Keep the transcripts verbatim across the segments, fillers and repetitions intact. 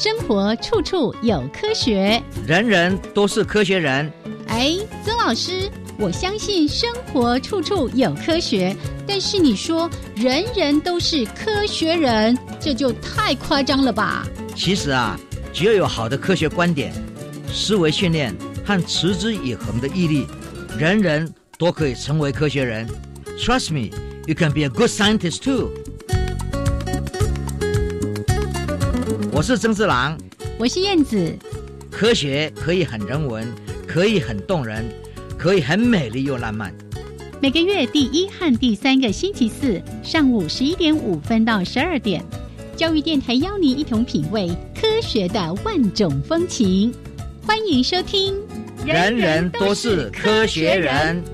生活处处有科学， 人人都是科学人。 哎，曾老师，我相信生活处处有科学，但是你说人人都是科学人，这就太夸张了吧？ 其实啊，只要有好的科学观点、思维训练和持之以恒的毅力，人人都可以成为科学人。Trust me, you can be a good scientist too. 我是曾志郎， 我是燕子。 科学可以很人文，可以很动人，可以很美丽又浪漫。 每个月第一和第三个星期四上午十一点五分到十二点，教育电台邀您一同品味科学的万种风情。欢迎收听， 人人都是科学人。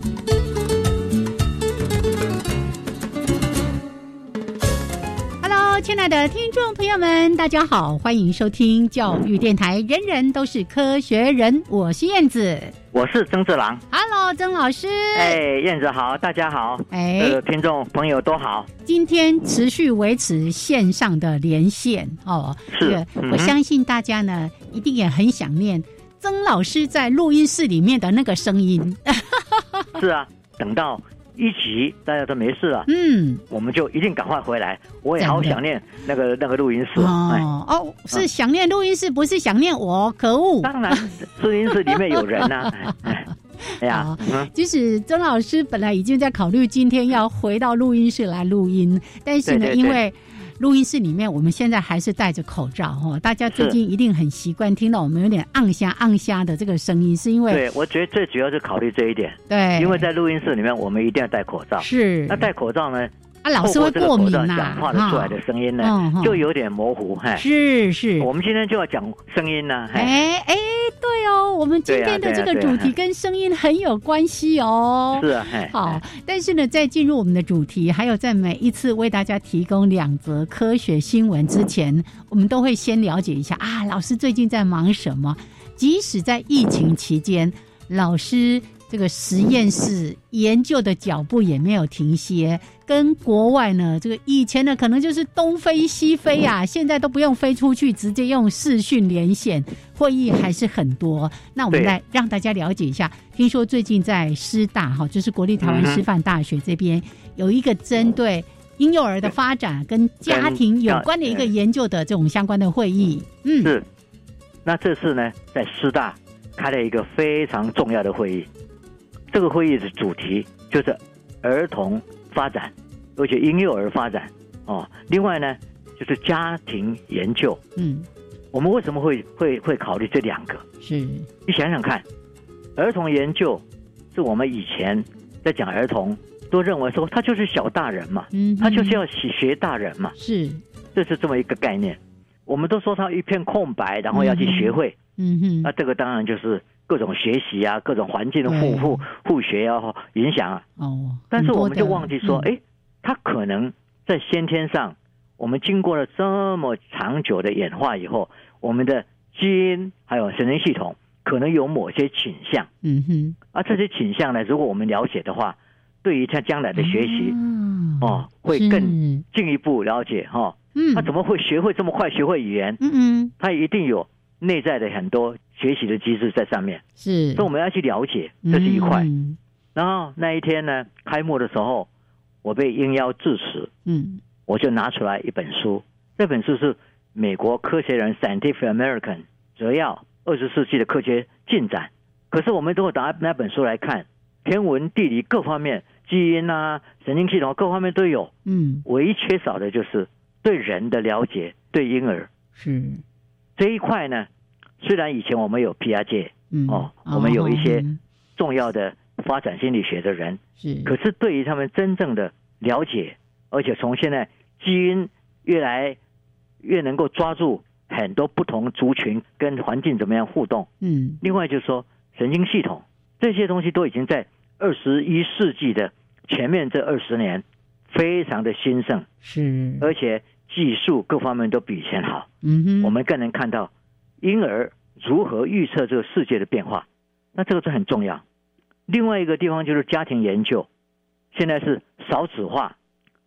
亲爱的听众朋友们，大家好，欢迎收听教育电台，人人都是科学人，我是燕子， 我是曾志郎。 Hello， 曾老师。 哎，燕子好，大家好， 哎， 呃，听众朋友都好。 今天持续维持线上的连线哦， 是， 嗯、我相信大家呢一定也很想念曾老师在录音室里面的那个声音。 是啊，等到一集大家都没事了， 嗯， 我们就一定赶快回来。我也好想念那个那个录音室哦、哎、哦，是想念录音室，不是想念我，可恶！ 当然，录音室里面有人呐、啊。哎哎呀， 嗯，即使曾老师本来已经在考虑今天要回到录音室来录音，但是呢，对对对，因为录音室里面我们现在还是戴着口罩哈，大家最近一定很习惯听到我们有点昂虾昂虾的这个声音，是因为对我觉得最主要是考虑这一点， 对， 因为在录音室里面我们一定要戴口罩， 是那戴口罩呢？ 啊，老师会过敏呐、啊， 讲话的出来的声音呢、嗯，就有点模糊。 是是， 我们今天就要讲声音呢。 哎哎，对哦，我们今天的这个主题跟声音很有关系哦。 是啊， 好，但是呢，在进入我们的主题，还有在每一次为大家提供两则科学新闻之前，我们都会先了解一下啊，老师最近在忙什么？即使在疫情期间，老师这个实验室研究的脚步也没有停歇，跟国外呢，这个以前呢可能就是东飞西飞啊，现在都不用飞出去，直接用视讯连线，会议还是很多。那我们来让大家了解一下，听说最近在师大哈，就是国立台湾师范大学这边有一个针对婴幼儿的发展跟家庭有关的一个研究的这种相关的会议。 嗯，是。那这次呢，在师大开了一个非常重要的会议。这个会议的主题就是儿童发展，而且婴幼儿发展哦。另外呢，就是家庭研究。嗯，我们为什么会会会考虑这两个？ 是你想想看，儿童研究是我们以前在讲儿童，都认为说他就是小大人嘛，嗯，他就是要学大人嘛， 是， 这是这么一个概念。我们都说他一片空白，然后要去学会。嗯哼，那这个当然就是各种学习啊，各种环境的互互互学啊，影响啊。哦，但是我们就忘记说，哎、嗯，它可能在先天上，我们经过了这么长久的演化以后，我们的基因还有神经系统可能有某些倾向。嗯哼，而这些倾向呢，如果我们了解的话，对于他将来的学习，嗯、哦，会更进一步了解哈。哦、嗯，他怎么会学会这么快学会语言？嗯嗯，他一定有内在的很多学习的机制在上面，是，所以我们要去了解，这是一块。嗯、然后那一天呢，开幕的时候，我被应邀致辞，嗯，我就拿出来一本书，这本书是美国科学人 Scientific American 摘要二十世纪的科学进展。可是我们如果拿那本书来看，天文、地理各方面，基因啊、神经系统各方面都有，嗯，唯一缺少的就是对人的了解，对婴儿是。这一块呢，虽然以前我们有 Piaget、嗯、哦，我们有一些重要的发展心理学的人，是，可是对于他们真正的了解，而且从现在基因越来越能够抓住很多不同族群跟环境怎么样互动，嗯，另外就是说神经系统这些东西都已经在二十一世纪的前面这二十年非常的兴盛，是，而且技术各方面都比以前好，嗯哼，我们更能看到婴儿如何预测这个世界的变化，那这个是很重要。另外一个地方就是家庭研究，现在是少子化，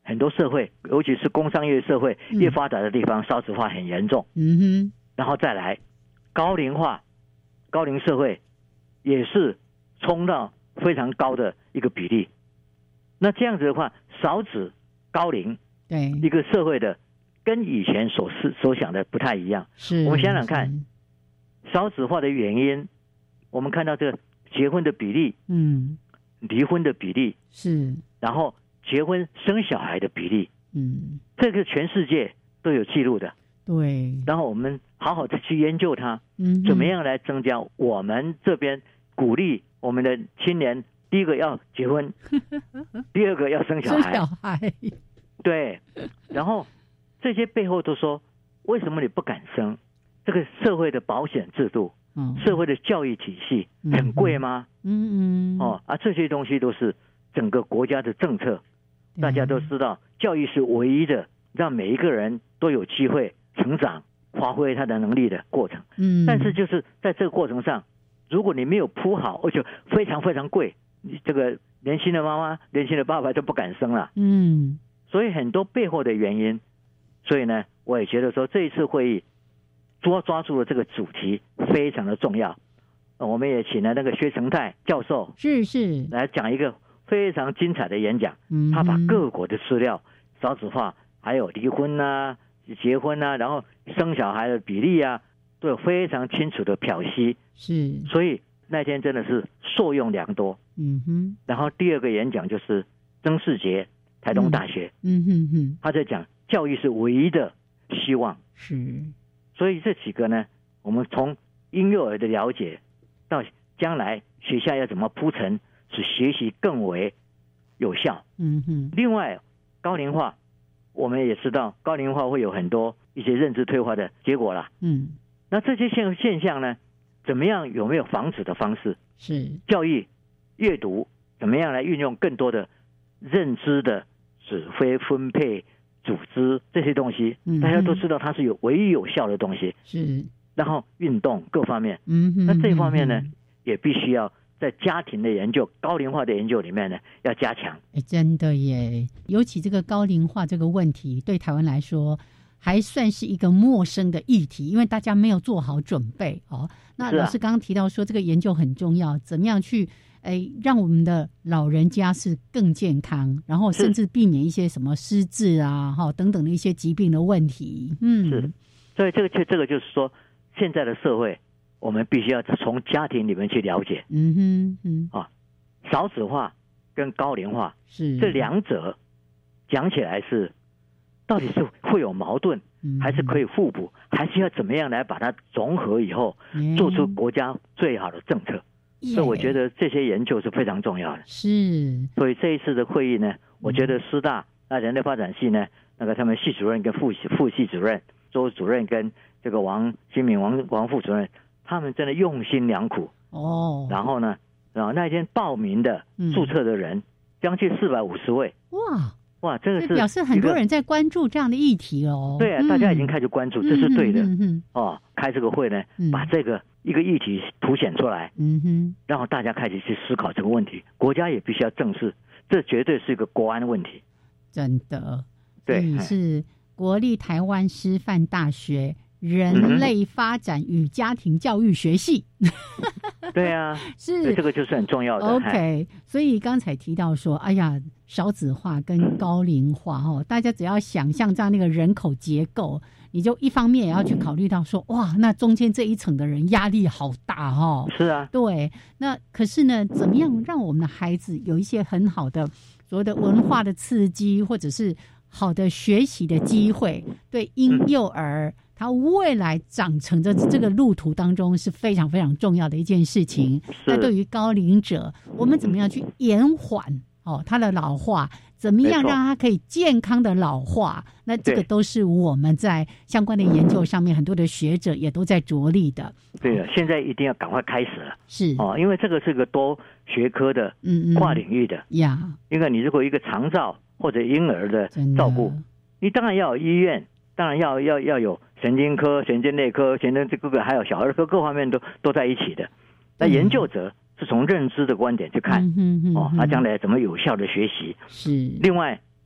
很多社会，尤其是工商业社会越发达的地方，少子化很严重。 嗯哼， 然后再来高龄化，高龄社会也是冲到非常高的一个比例。那这样子的话，少子高龄， 对一个社会的跟以前所所想的不太一样。 是， 我们想想看，少子化的原因，我们看到这个结婚的比例， 嗯， 离婚的比例是，然后结婚生小孩的比例， 嗯， 这个全世界都有记录的。 对， 然后我们好好的去研究它， 嗯， 怎么样来增加我们这边鼓励我们的青年，第一个要结婚，第二个要生小孩， 生小孩， 对，然后这些背后都说，为什么你不敢生？这个社会的保险制度，嗯，社会的教育体系很贵吗？ 嗯嗯， 哦啊，这些东西都是整个国家的政策。大家都知道，教育是唯一的让每一个人都有机会成长、发挥他的能力的过程。 嗯， 但是就是在这个过程上，如果你没有铺好，而且非常非常贵，你这个年轻的妈妈、年轻的爸爸就不敢生了。 嗯， 所以很多背后的原因，所以呢，我也觉得说这一次会议抓抓住了这个主题非常的重要。我们也请了那个薛成泰教授， 是是， 来讲一个非常精彩的演讲。嗯，他把各国的资料、少子化，还有离婚啊、结婚啊，然后生小孩的比例啊，都有非常清楚的剖析。 是， 所以那天真的是受用良多。 嗯哼。 然后第二个演讲就是曾世杰，台东大学。 嗯哼哼， 他在讲教育是唯一的希望。 是。 所以这几个呢，我们从婴幼儿的了解，到将来学校要怎么铺陈，使学习更为有效。 嗯哼。 另外，高龄化，我们也知道高龄化会有很多一些认知退化的结果啦。 嗯。 那这些现现象呢，怎么样有没有防止的方式？ 是教育、阅读，怎么样来运用更多的认知的指挥、分配、组织这些东西？嗯、大家都知道它是有唯一有效的东西。 是。 然后运动各方面， 嗯哼， 那这方面呢，也必须要在家庭的研究、高龄化的研究里面呢，要加强。 哎，真的耶！尤其这个高龄化这个问题，对台湾来说还算是一个陌生的议题，因为大家没有做好准备哦。那老师刚刚提到说，这个研究很重要，怎么样去哎让我们的老人家是更健康，然后甚至避免一些什么失智啊、哈等等的一些疾病的问题。嗯， 是。所以这个就这个就是说。现在的社会，我们必须要从家庭里面去了解。 嗯哼嗯啊，少子化跟高龄化是这两者讲起来是，到底是会有矛盾， 嗯、 还是可以互补，还是要怎么样来把它融合以后， 嗯、 做出国家最好的政策？ 嗯、 所以我觉得这些研究是非常重要的。 是。 所以这一次的会议呢，我觉得师大那人类发展系呢，那个他们系主任跟副系副系主任、周主任跟这个王新民王王副主任，他们真的用心良苦哦。 然后呢，然后那天报名的、嗯、注册的人将近四百五十位。 哇哇，这个是表示很多人在关注这样的议题哦。 对啊、嗯，大家已经开始关注，这是对的。 嗯嗯哦，开这个会呢， 嗯、 把这个一个议题凸显出来， 嗯哼， 然后大家开始去思考这个问题，国家也必须要正视，这绝对是一个国安问题。 真的， 对， 你是国立台湾师范大学人类发展与家庭教育学系。 对啊， 是这个就是很重要的。 OK， 所以刚才提到说，哎呀，少子化跟高龄化哦，大家只要想象这样那个人口结构，你就一方面也要去考虑到说，哇，那中间这一层的人压力好大哦。 是啊， 对。那可是呢，怎么样让我们的孩子有一些很好的所谓的文化的刺激，或者是好的学习的机会，对婴幼儿他未来长成的这个路途当中是非常非常重要的一件事情。那对于高龄者，我们怎么样去延缓哦他的老化？怎么样让他可以健康的老化？那这个都是我们在相关的研究上面，很多的学者也都在着力的。 对了，现在一定要赶快开始了。 是哦，因为这个是个多学科的、 嗯嗯跨领域的呀。 因为你如果一个长照或者婴儿的照顾，你当然要有医院，当然要要要有神经科、神经内科、神经这个还有小儿科各方面都都在一起的。那研究者是从认知的观点去看， 嗯哼哼哼哦，他将来怎么有效的学习。 是。 另外，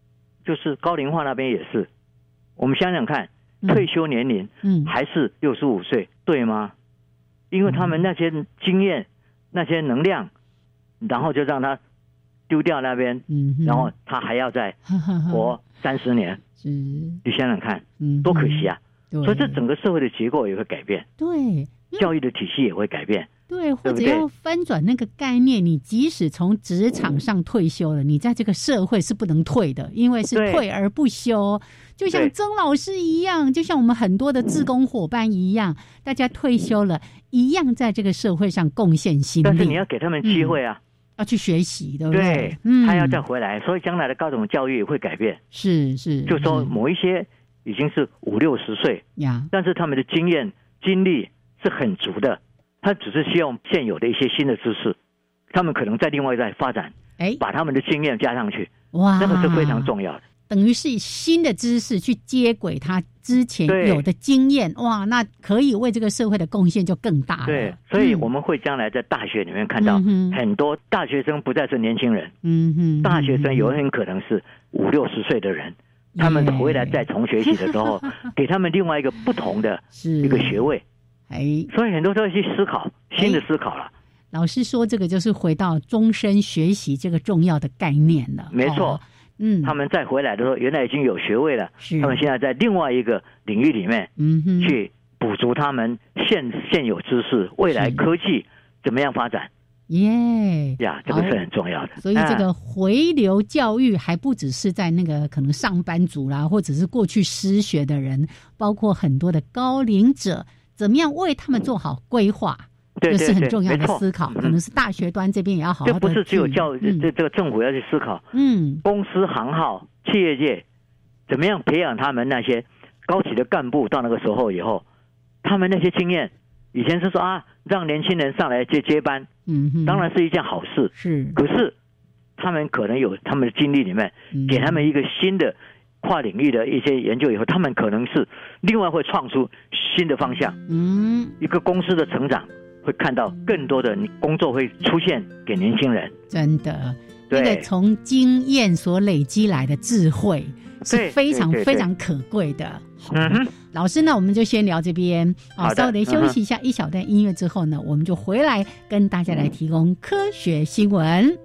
就是高龄化那边也是，我们想想看，退休年龄还是六十五岁，对吗？因为他们那些经验、那些能量，然后就让他丢掉那边，然后他还要再活三十年，你想想看，多可惜啊！所以这整个社会的结构也会改变， 对， 教育的体系也会改变。 对，或者要翻转那个概念，你即使从职场上退休了，你在这个社会是不能退的，因为是退而不休。就像曾老师一样，就像我们很多的志工伙伴一样，大家退休了，一样在这个社会上贡献心力。 但是你要给他们机会啊， 嗯、要去学习，对不对？ 对，嗯，他要再回来，所以将来的高等教育会改变。 是是， 就说某一些已经是五六十岁呀，但是他们的经验、经历是很足的。他只是希望现有的一些新的知识，他们可能在另外再发展，哎，把他们的经验加上去，哇，那个是非常重要的。 等于是新的知识去接轨他之前有的经验，哇，那可以为这个社会的贡献就更大了。 对，所以我们会将来在大学里面看到很多大学生不再是年轻人，嗯哼，大学生有很可能是五六十岁的人，他们回来再重学习的时候，给他们另外一个不同的一个学位。哎，所以很多都要去思考新的思考了。 老师说，这个就是回到终身学习这个重要的概念了。 没错，哦、嗯，他们再回来的时候，原来已经有学位了，他们现在在另外一个领域里面，嗯哼，去补足他们现现有知识，未来科技怎么样发展。耶呀，这个是很重要的。 所以这个回流教育还不只是在那个可能上班族啦，或者是过去失学的人，包括很多的高龄者。怎么样为他们做好规划？ 对对对， 这是很重要的思考。可能是大学端这边也要好好的。 这不是只有教育，嗯、这这个政府要去思考。嗯，公司行号、企业界怎么样培养他们那些高级的干部？到那个时候以后，他们那些经验，以前是说啊，让年轻人上来接接班，嗯哼，当然是一件好事。是，可是他们可能有他们的经历里面，嗯、给他们一个新的。跨领域的一些研究以后，他们可能是另外会创出新的方向。嗯，一个公司的成长会看到更多的工作会出现给年轻人。 真的，那个从经验所累积来的智慧是非常非常可贵的。嗯哼，老师呢，我们就先聊这边。好，稍微休息一下，一小段音乐之后呢，我们就回来跟大家来提供科学新闻。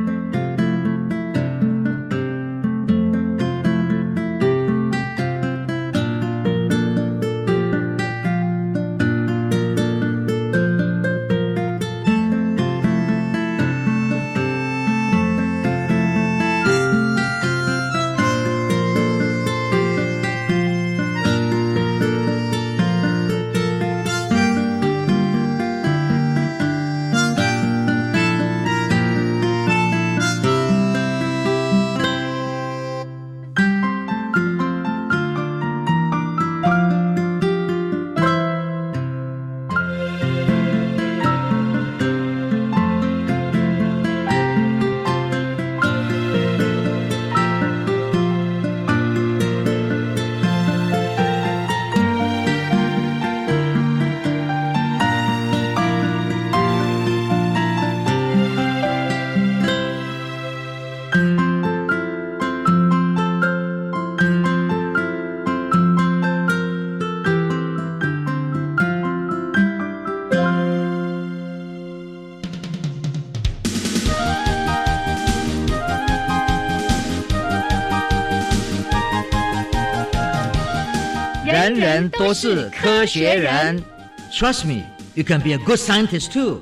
人人都是科学人 ，Trust me, you can be a good scientist too.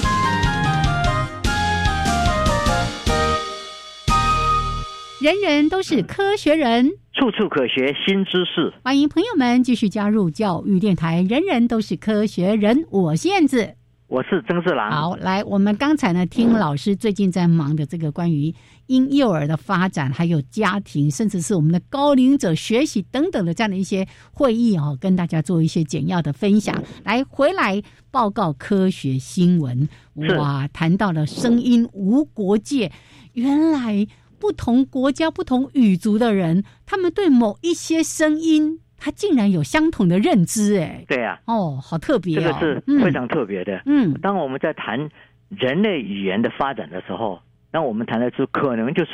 人人都是科学人， 处处可学新知识。 欢迎朋友们继续加入教育电台，人人都是科学人。我是燕子， 我是曾志郎。 好，来，我们刚才呢听老师最近在忙的这个关于婴幼儿的发展，还有家庭，甚至是我们的高龄者学习等等的这样的一些会议哦，跟大家做一些简要的分享。来，回来报告科学新闻。哇，谈到了声音无国界，原来不同国家、不同语族的人，他们对某一些声音，他竟然有相同的认知，哎， 对呀、 啊，哦，好特别、哦， 这个是非常特别的。嗯，当我们在谈人类语言的发展的时候，当我们谈的是可能就是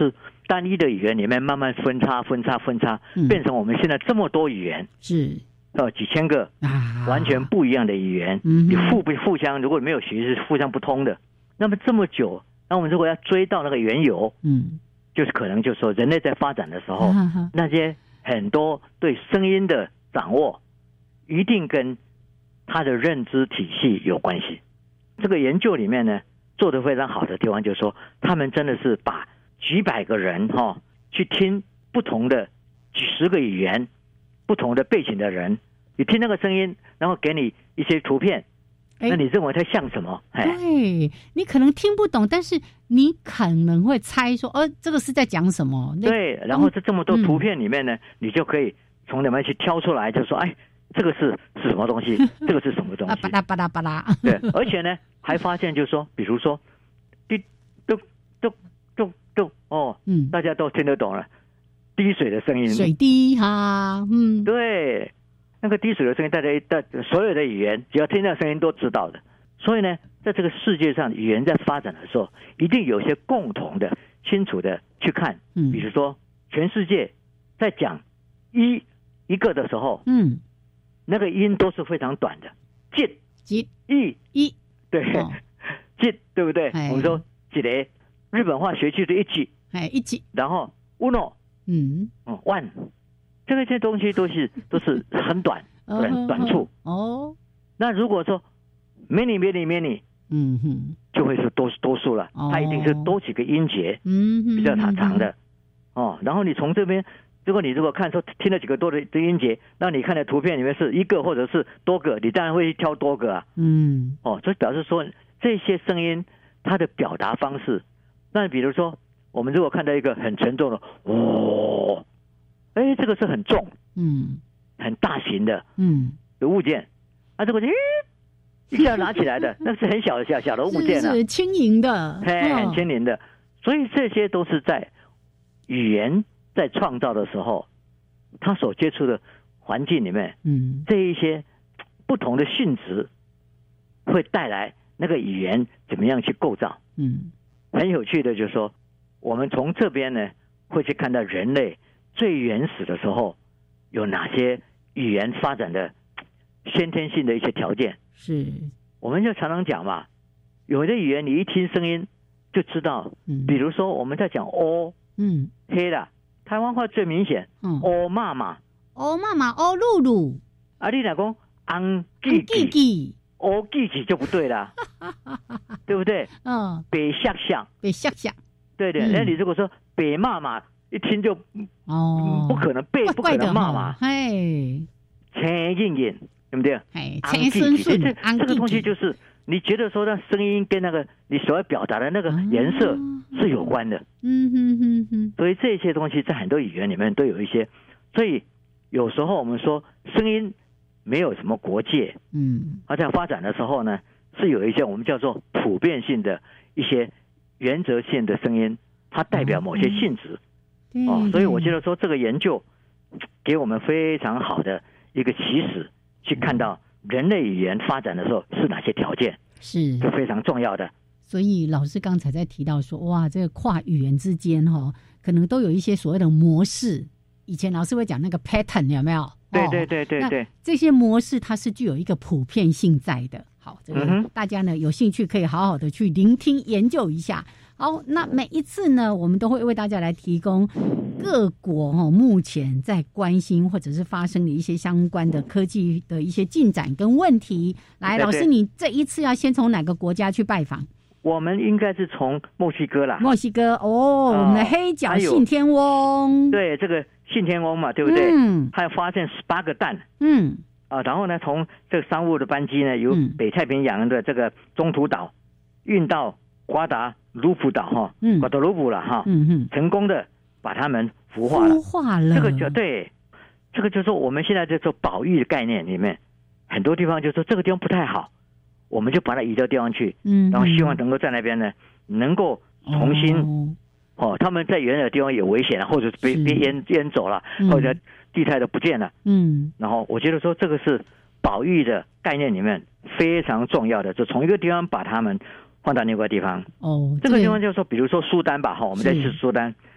单一的语言里面慢慢分叉分叉分叉，嗯、变成我们现在这么多语言， 是呃几千个啊，完全不一样的语言，嗯、你互不互相如果没有学是互相不通的。那么这么久，那我们如果要追到那个缘由，嗯，就是可能就是说人类在发展的时候，啊、那些很多对声音的掌握，一定跟他的认知体系有关系。这个研究里面呢，做得非常好的地方就是说，他们真的是把几百个人哈、哦、去听不同的几十个语言、不同的背景的人，你听那个声音，然后给你一些图片，那你认为它像什么？ 对，你可能听不懂，但是你可能会猜说，哦，这个是在讲什么？ 对，然后在这么多图片里面呢，嗯、你就可以从里面去挑出来，就说，哎。这个是是什么东西？这个是什么东西？ 巴拉巴拉巴拉。 对，而且呢，还发现就是说，比如说，滴嘟嘟嘟嘟，哦，嗯，大家都听得懂了，滴水的声音， 水滴哈，嗯， 对，那个滴水的声音，大家大所有的语言，只要听到声音都知道的。所以呢，在这个世界上，语言在发展的时候，一定有一些共同的、清楚的去看。嗯，比如说，全世界在讲一一个的时候，嗯。那个音都是非常短的，进、 一、 一、 一， 对，进、哦，对不对？我们说几雷，日本话学区的一级， 哎，一级， 然后 uno， 嗯，哦 one， 这个些东西都是都是很短，短短处。哦，那如果说 many many many， 嗯哼，就会是多多数了，它一定是多几个音节，嗯，比较长长的，哦，然后你从这边。如果你如果看说听了几个多的音节，那你看的图片里面是一个或者是多个，你当然会挑多个啊。嗯，哦，这表示说这些声音它的表达方式。那比如说，我们如果看到一个很沉重的哦，哎，这个是很重，嗯，很大型的，嗯，的物件，啊，这个一下拿起来的，那是很小的小小的物件啊， 是轻盈的， 嘿，很轻盈的。所以这些都是在语言。在创造的时候，他所接触的环境里面，嗯，这一些不同的性质会带来那个语言怎么样去构造，嗯，很有趣的就是说，我们从这边呢会去看到人类最原始的时候有哪些语言发展的先天性的一些条件。 是， 我们就常常讲嘛，有的语言你一听声音就知道，嗯，比如说我们在讲哦，嗯，黑的。台湾话最明显，哦妈妈， 哦妈妈，哦露露， 啊你来讲，昂记记，哦记记就不对啦，对不对？嗯，北下下， 北下下， 对对。那、嗯、你如果说北妈妈，一听就哦，不可能北，不可能妈妈，嘿，陈燕燕，对不对？ 哎，陈顺顺， 这这个东西就是。你觉得说那声音跟那个你所要表达的那个颜色是有关的，嗯哼哼哼，所以这些东西在很多语言里面都有一些，所以有时候我们说声音没有什么国界，嗯，而在发展的时候呢，是有一些我们叫做普遍性的一些原则性的声音，它代表某些性质，嗯、哦，所以我觉得说这个研究给我们非常好的一个启示，去看到。人类语言发展的时候是哪些条件？ 是是非常重要的。 所以老师刚才在提到说，哇，这个跨语言之间哈、哦，可能都有一些所谓的模式。以前老师会讲那个 pattern 有没有？ 对对对对对， 这些模式它是具有一个普遍性在的。好，这个大家呢有兴趣可以好好的去聆听研究一下。好，那每一次呢，我们都会为大家来提供各国哦目前在关心或者是发生的一些相关的科技的一些进展跟问题。来，老师，你这一次要先从哪个国家去拜访？ 我们应该是从墨西哥啦。 墨西哥哦，哦我们的黑脚信天翁。 对，这个信天翁嘛，对不对？嗯。还发现十八个蛋。嗯。啊，然后呢，从这个商务的班机呢，由北太平洋的这个中途岛运到瓜达卢普岛哈，嗯，瓜达卢普了哈，嗯嗯，成功的把他们孵化了。 孵化了。 这个就对，这个就是说我们现在在做保育的概念里面，很多地方就说这个地方不太好，我们就把它移到地方去，嗯，然后希望能够在那边呢，能够重新哦，哦他们在原来的地方有危险了，或者是被被淹淹走了，嗯、或者地态都不见了，嗯，然后我觉得说这个是保育的概念里面非常重要的，就从一个地方把他们换到另外一个地方。哦，这个地方就是说，比如说苏丹吧，哈，我们在去苏丹，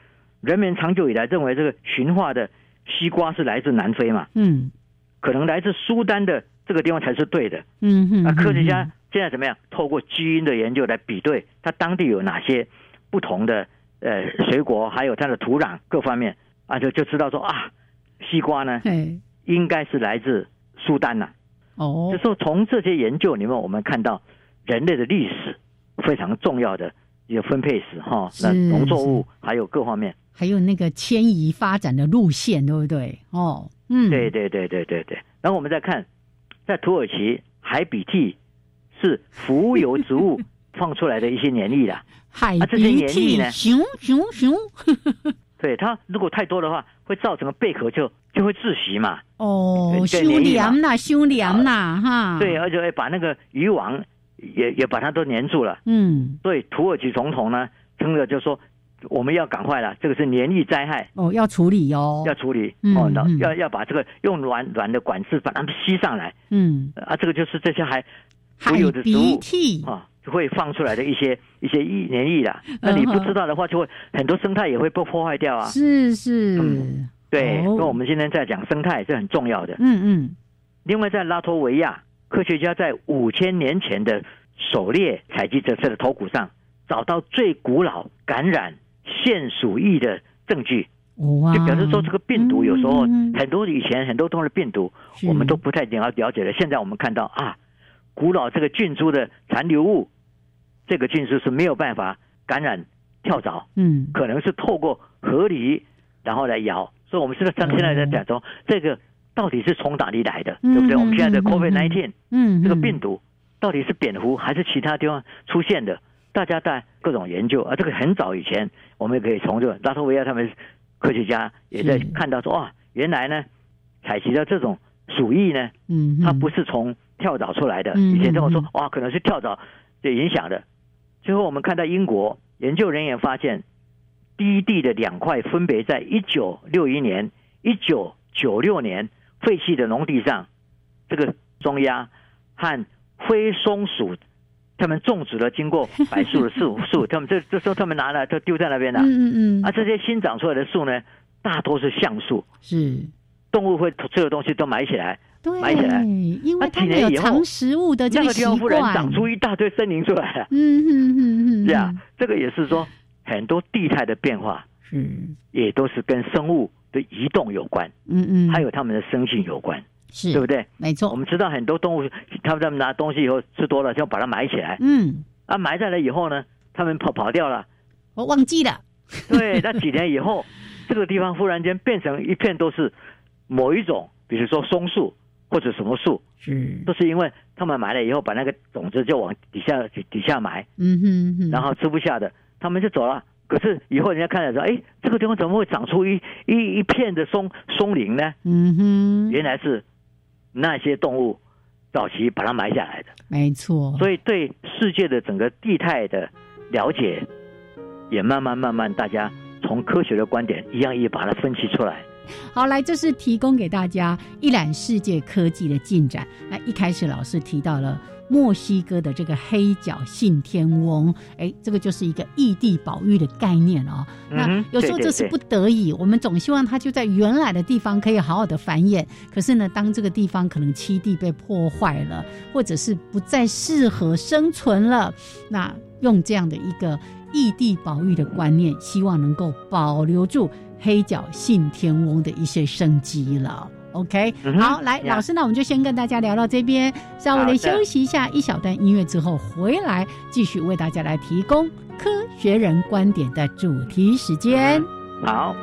人们长久以来认为这个驯化的西瓜是来自南非嘛，嗯，可能来自苏丹的这个地方才是对的，嗯哼，那科学家现在怎么样？透过基因的研究来比对，它当地有哪些不同的呃水果，还有它的土壤各方面啊，就就知道说啊，西瓜呢应该是来自苏丹呐、啊。哦，就说从这些研究里面，我们看到人类的历史非常重要的一个分配史哈，那农作物还有各方面， 还有那个迁移发展的路线，对不对？哦，嗯， 对对对对对对。然后我们再看，在土耳其海鼻涕是浮游植物放出来的一些黏液啦， 海鼻涕呢，熊熊熊， 对，它如果太多的话，会造成贝壳就就会窒息嘛。 哦，修凉啦，修凉啦，哈。 对，而且会把那个渔网也也把它都黏住了。嗯，所以土耳其总统呢，真的就说我们要赶快了，这个是黏液灾害。 哦，要处理哦， 要处理。嗯、哦，嗯、要要把这个用软软的管子把它们吸上来。嗯，啊，这个就是这些还浮游的植物啊。会放出来的一些一些黏液啦，那你不知道的话，就会很多生态也会被破坏掉啊。 是是， 嗯、对。那、哦、我们今天在讲生态是很重要的。嗯嗯。另外，在拉脱维亚，科学家在五千年前的狩猎采集者的头骨上找到最古老感染线鼠疫的证据。哇！就表示说，这个病毒有时候、嗯、很多以前很多东西的病毒，我们都不太了了解了。现在我们看到啊，古老这个菌株的残留物。这个菌株是没有办法感染跳蚤，嗯，可能是透过河狸然后来咬，所以我们现在现在在讲说，这个到底是从哪里来的，嗯、对不对？我们现在的 COVID 十九，嗯，这个病毒到底是蝙蝠还是其他地方出现的？大家在各种研究啊，这个很早以前，我们也可以从这个拉脱维亚他们科学家也在看到说，哇，原来呢，采集的这种鼠疫呢，嗯，它不是从跳蚤出来的，以前跟我说，哇，可能是跳蚤的影响的。最后我们看到英国研究人员发现，低地的两块分别在一九六一年、一九九六年废弃的农地上，这个松鸦和灰松鼠，他们种植了经过百树的树树，他们这这时候他们拿了就丢在那边了。嗯嗯嗯。啊，这些新长出来的树呢，大多是橡树，是动物会这个东西都埋起来。 对， 埋起来， 因为它们有藏食物的这个习惯， 那个地方忽然长出一大堆森林出来了。嗯嗯嗯嗯，是啊，这个也是说很多地态的变化，是也都是跟生物的移动有关。嗯嗯，还有它们的生性有关，是对不对？ 没错， 我们知道很多动物，他们拿东西以后吃多了，就把它埋起来。嗯，啊，埋在了以后呢，他们跑跑掉了， 我忘记了。 对，那几年以后，这个地方忽然间变成一片都是某一种，比如说松树。或者什么树，是都是因为他们埋了以后，把那个种子就往底下底下埋，嗯哼哼，然后吃不下的，他们就走了。可是以后人家看了说，哎，这个地方怎么会长出一一一片的松松林呢？嗯哼，原来是那些动物早期把它埋下来的， 没错。 所以对世界的整个地态的了解，也慢慢慢慢，大家从科学的观点一样一样把它分析出来。 好，来，这是提供给大家一览世界科技的进展。那一开始老师提到了墨西哥的这个黑角信天翁，哎，这个就是一个异地保育的概念哦。嗯、那有时候这是不得已，对对对，我们总希望它就在原来的地方可以好好的繁衍。可是呢，当这个地方可能栖地被破坏了，或者是不再适合生存了，那用这样的一个异地保育的观念，希望能够保留住黑角信天翁的一些生机了。 OK、嗯、好，来老师，那我们就先跟大家聊到这边，稍微的休息一下一小段音乐之后回来继续为大家来提供科学人观点的主题时间、 嗯、好。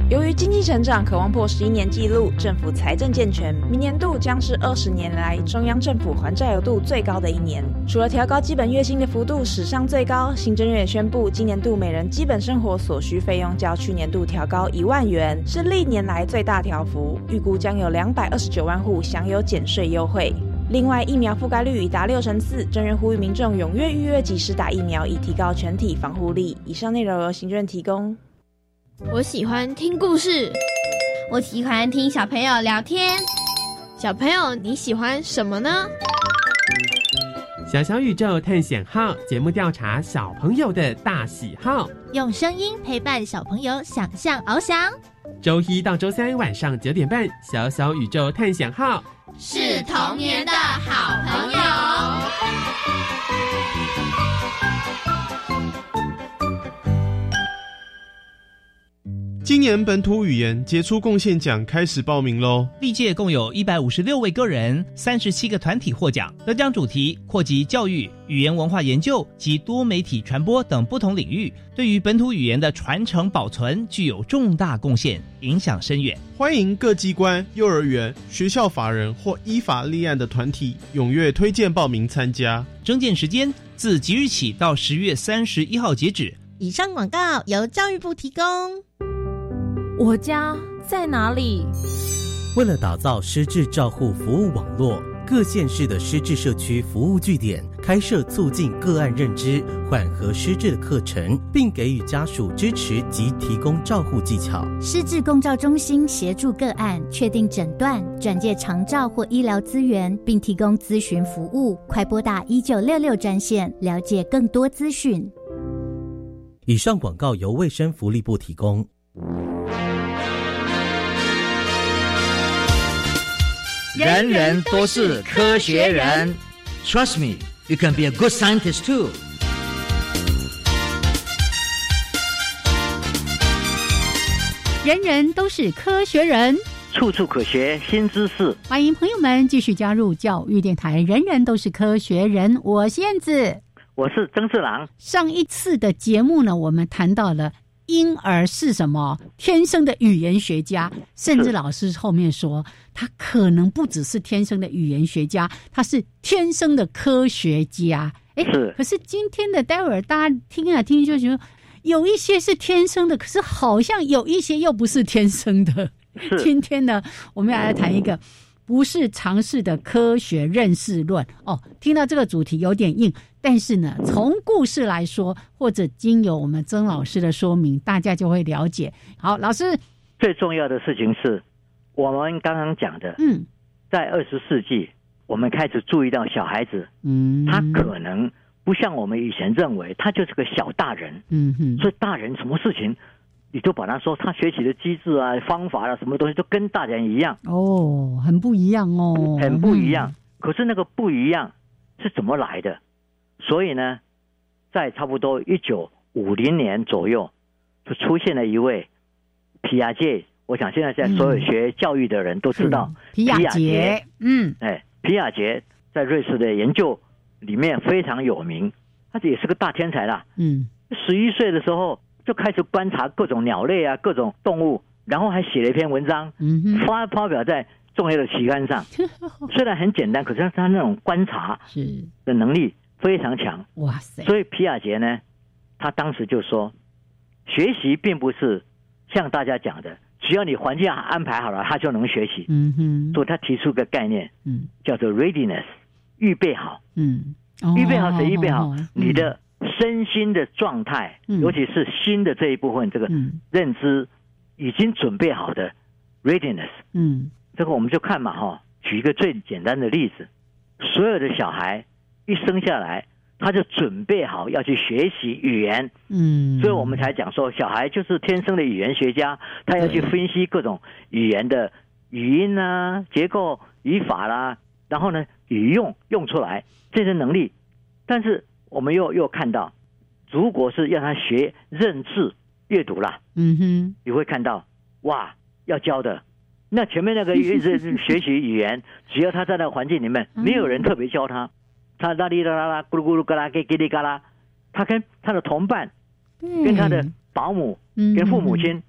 由于经济成长可望破十一年纪录，政府财政健全，明年度将是二十年来中央政府还债额度最高的一年。除了调高基本月薪的幅度史上最高，行政院也宣布，今年度每人基本生活所需费用较去年度调高一万元，是历年来最大调幅，预估将有两百二十九万户享有减税优惠。另外，疫苗覆盖率已达六成四，政院呼吁民众踊跃预约及时打疫苗，以提高全体防护力。以上内容由行政院提供。 我喜欢听故事， 我喜欢听小朋友聊天。 小朋友，你喜欢什么呢？ 小小宇宙探险号节目调查小朋友的大喜好， 用声音陪伴小朋友想象翱翔。 周一到周三晚上九点半，小小宇宙探险号是童年的好朋友。 今年本土语言杰出贡献奖开始报名咯， 历届共有一百五十六位个人、三十七个团体获奖，得奖主题扩及教育、语言文化研究及多媒体传播等不同领域，对于本土语言的传承保存具有重大贡献，影响深远。 欢迎各机关、幼儿园、学校法人或依法立案的团体踊跃推荐报名参加。 征件时间自即日起到十月三十一号截止。 以上广告由教育部提供。 我家在哪里？ 为了打造失智照护服务网络，各县市的失智社区服务据点开设促进个案认知、缓和失智的课程，并给予家属支持及提供照护技巧。 失智共照中心协助个案确定诊断、转介长照或医疗资源，并提供咨询服务。快拨打一九六六专线了解更多资讯。 以上广告由卫生福利部提供。 人人都是科学人 Trust me, you can be a good scientist too. 人人都是科学人， 处处可学新知识。 欢迎朋友们继续加入教育电台，人人都是科学人。我是燕子， 我是曾志郎。 上一次的节目呢，我们谈到了婴儿是什么？天生的语言学家，甚至老师后面说，他可能不只是天生的语言学家，他是天生的科学家。哎，可是今天的待会儿大家听啊听就觉得，有一些是天生的，可是好像有一些又不是天生的。今天呢，我们要来谈一个不是常识的科学认识论。哦，听到这个主题有点硬。但是呢，从故事来说，或者经由我们曾老师的说明，大家就会了解。好，老师， 最重要的事情是我们刚刚讲的，嗯，在二十世纪，我们开始注意到小孩子，嗯，他可能不像我们以前认为，他就是个小大人，嗯哼，所以大人什么事情，你都把他说他学习的机制啊、方法啊，什么东西都跟大人一样， 哦，很不一样哦， 很不一样。嗯、可是那个不一样是怎么来的？所以呢，在差不多一九五零年左右，就出现了一位皮亚杰。我想现在在所有学教育的人都知道、嗯、 皮亚杰。嗯， 哎，皮亚杰在瑞士的研究里面非常有名，他也是个大天才啦。嗯，十一岁的时候就开始观察各种鸟类啊、各种动物，然后还写了一篇文章，嗯，发发表在重要的期刊上。虽然很简单，可是他那种观察的能力非常强，哇塞！所以皮亚杰呢，他当时就说，学习并不是像大家讲的，只要你环境安排好了，他就能学习。嗯哼，所以他提出个概念，嗯，叫做 readiness， 预备好。嗯，哦、预备好谁预备好？哦、你的身心的状态，嗯、尤其是心的这一部分，这个认知已经准备好的 readiness。嗯，这个我们就看嘛哈，举一个最简单的例子，所有的小孩一生下来，他就准备好要去学习语言，嗯，所以我们才讲说，小孩就是天生的语言学家，他要去分析各种语言的语音啊、结构、语法啦，然后呢，语用用出来这些能力。但是我们又又看到，如果是让他学认字、阅读啦，嗯哼，你会看到，哇，要教的。那前面那个学习语言，只要他在那个环境里面，没有人特别教他。他啦哩啦啦啦咕噜咕噜嘎啦给给哩嘎啦，他跟他的同伴，跟他的保姆，跟父母亲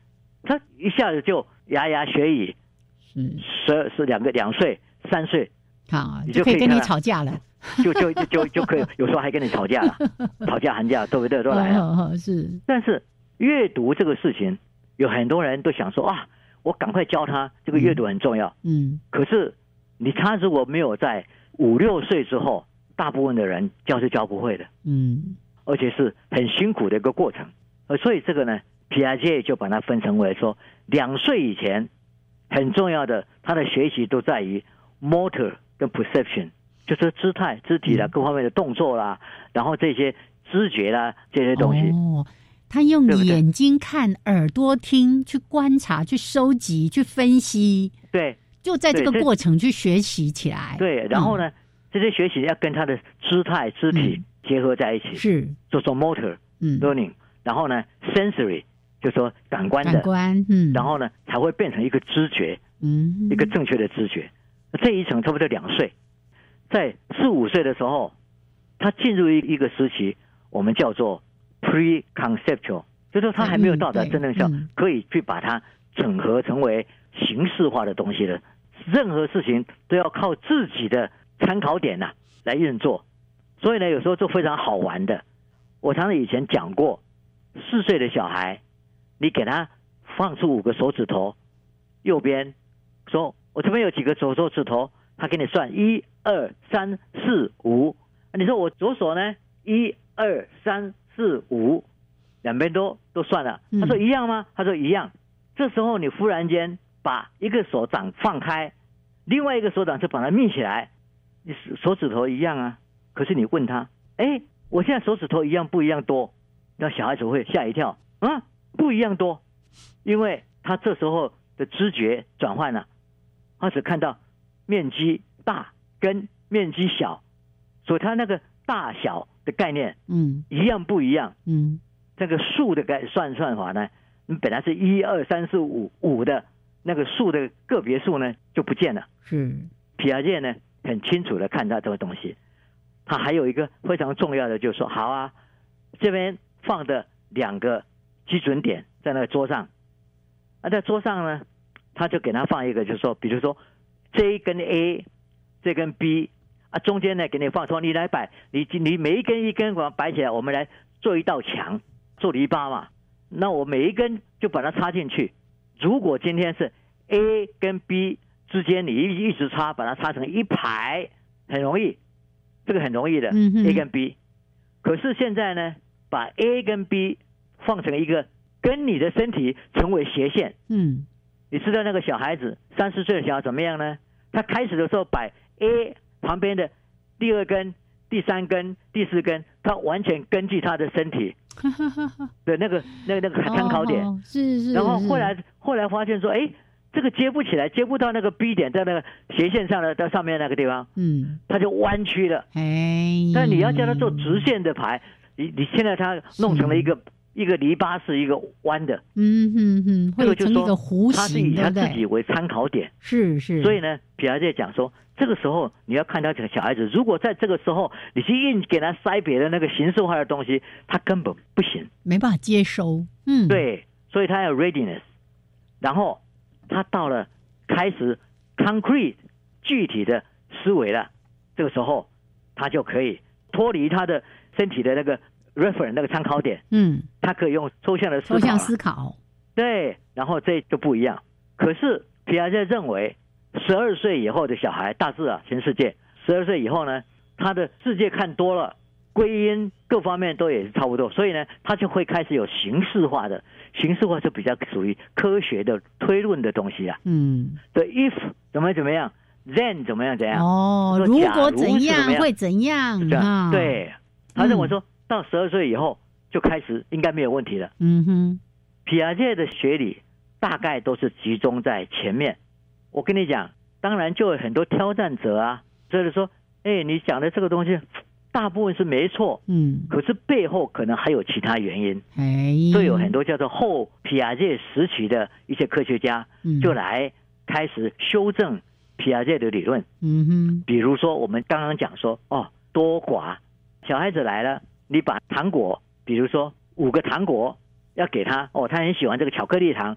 他一下子就牙牙学语，十是两个两岁三岁， 好， 你就可以跟你吵架了， 就就就就就可以，有时候还跟你吵架了，讨价还价，对不对？都来了。 哦哦、是， 但是阅读这个事情，有很多人都想说啊，我赶快教他这个阅读很重要。 嗯， 可是你他如果没有在五六岁之后，大部分的人教是教不会的。 嗯， 而且是很辛苦的一个过程。呃，所以这个呢 ，Piaget 就把它分成为说，两岁以前很重要的，他的学习都在于 motor 跟 perception， 就是姿态、肢体啦、各方面的动作啦，然后这些知觉啦这些东西。 哦，他用眼睛看、耳朵听，去观察、去收集、去分析。 对， 就在这个过程去学习起来。 对，然后呢，嗯、这些学习要跟他的姿态、肢体结合在一起， 嗯、是， 就说 motor learning，、嗯、然后呢 sensory 就说感官的， 感官，嗯， 然后呢才会变成一个知觉， 嗯， 一个正确的知觉。这一层差不多两岁，在四五岁的时候，他进入一一个时期，我们叫做 pre-conceptual， 就是说他还没有到达真正上、嗯、可以去把它整合成为形式化的东西的。任何事情都要靠自己的参考点呐、啊、来运作，所以呢，有时候就非常好玩的。我常常以前讲过，四岁的小孩，你给他放出五个手指头，右边说我这边有几个手手指头，他给你算一二三四五。你说我左手呢，一二三四五，两边都都算了。他说一样吗？他说一样。这时候你忽然间把一个手掌放开，另外一个手掌就把它密起来，你手指头一样啊。可是你问他，哎，我现在手指头一样不一样多？那小孩子会吓一跳，啊，不一样多，因为他这时候的知觉转换了，他只看到面积大跟面积小，所以他那个大小的概念， 嗯， 一样不一样？ 嗯， 这个数的概算算法呢？你本来是一二三四五五的那个数的个别数呢就不见了。 是皮亚介呢很清楚的看到这个东西。他还有一个非常重要的就是说，好啊，这边放的两个基准点在那个桌上，啊，在桌上呢，他就给他放一个，就是说，比如说 J 跟 A， 这跟 B， 啊，中间呢给你放说你来摆，你你每一根一根把它摆起来，我们来做一道墙，做篱笆嘛。那我每一根就把它插进去。如果今天是 A 跟 B 之间，你一一直插，把它插成一排，很容易，这个很容易的、 嗯、 A 跟 B。可是现在呢，把 A 跟 B 放成一个跟你的身体成为斜线。 嗯， 你知道那个小孩子三四岁的小孩怎么样呢？他开始的时候摆 A 旁边的第二根、第三根、第四根，他完全根据他的身体。对，那个那个那个参考点、 哦、是是， 然后后来后来发现说，哎，这个接不起来，接不到那个 B 点，在那个斜线上的，在上面那个地方， 嗯， 它就弯曲了。 哎， 但你要叫它做直线的牌，你你现在它弄成了一个一个篱笆是一个弯的， 嗯哼哼，会成一个弧形， 它是以他自己为参考点， 是是。 所以呢，皮亚介讲说，这个时候你要看到这个小孩子，如果在这个时候你去硬给他塞别的那个形式化的东西，他根本不行， 没办法接收。嗯， 对，所以他要 readiness。然后他到了开始 concrete 具体的思维了，这个时候他就可以脱离他的身体的那个 reference 那个参考点， 嗯， 他可以用抽象的思考， 抽象思考， 对，然后这就不一样。可是皮亚介认为，十二岁以后的小孩，大致啊，全世界十二岁以后呢，他的世界看多了，归因各方面都也是差不多，所以呢，他就会开始有形式化的，形式化是比较属于科学的推论的东西啊。 嗯， 对 ，if 怎么怎么样 ，then 怎么样怎样， 哦，如果怎样会怎样， 这样、嗯、对，他认为说、嗯、到十二岁以后就开始应该没有问题了。 嗯哼， 皮亚介的学理大概都是集中在前面。我跟你讲，当然就有很多挑战者啊，就是说，哎，你讲的这个东西大部分是没错， 嗯， 可是背后可能还有其他原因， 哎， 所以有很多叫做后皮亚介时期的一些科学家， 嗯， 就来开始修正皮亚介的理论， 嗯哼， 比如说我们刚刚讲说，哦，多寡，小孩子来了，你把糖果，比如说五个糖果要给他，哦，他很喜欢这个巧克力糖，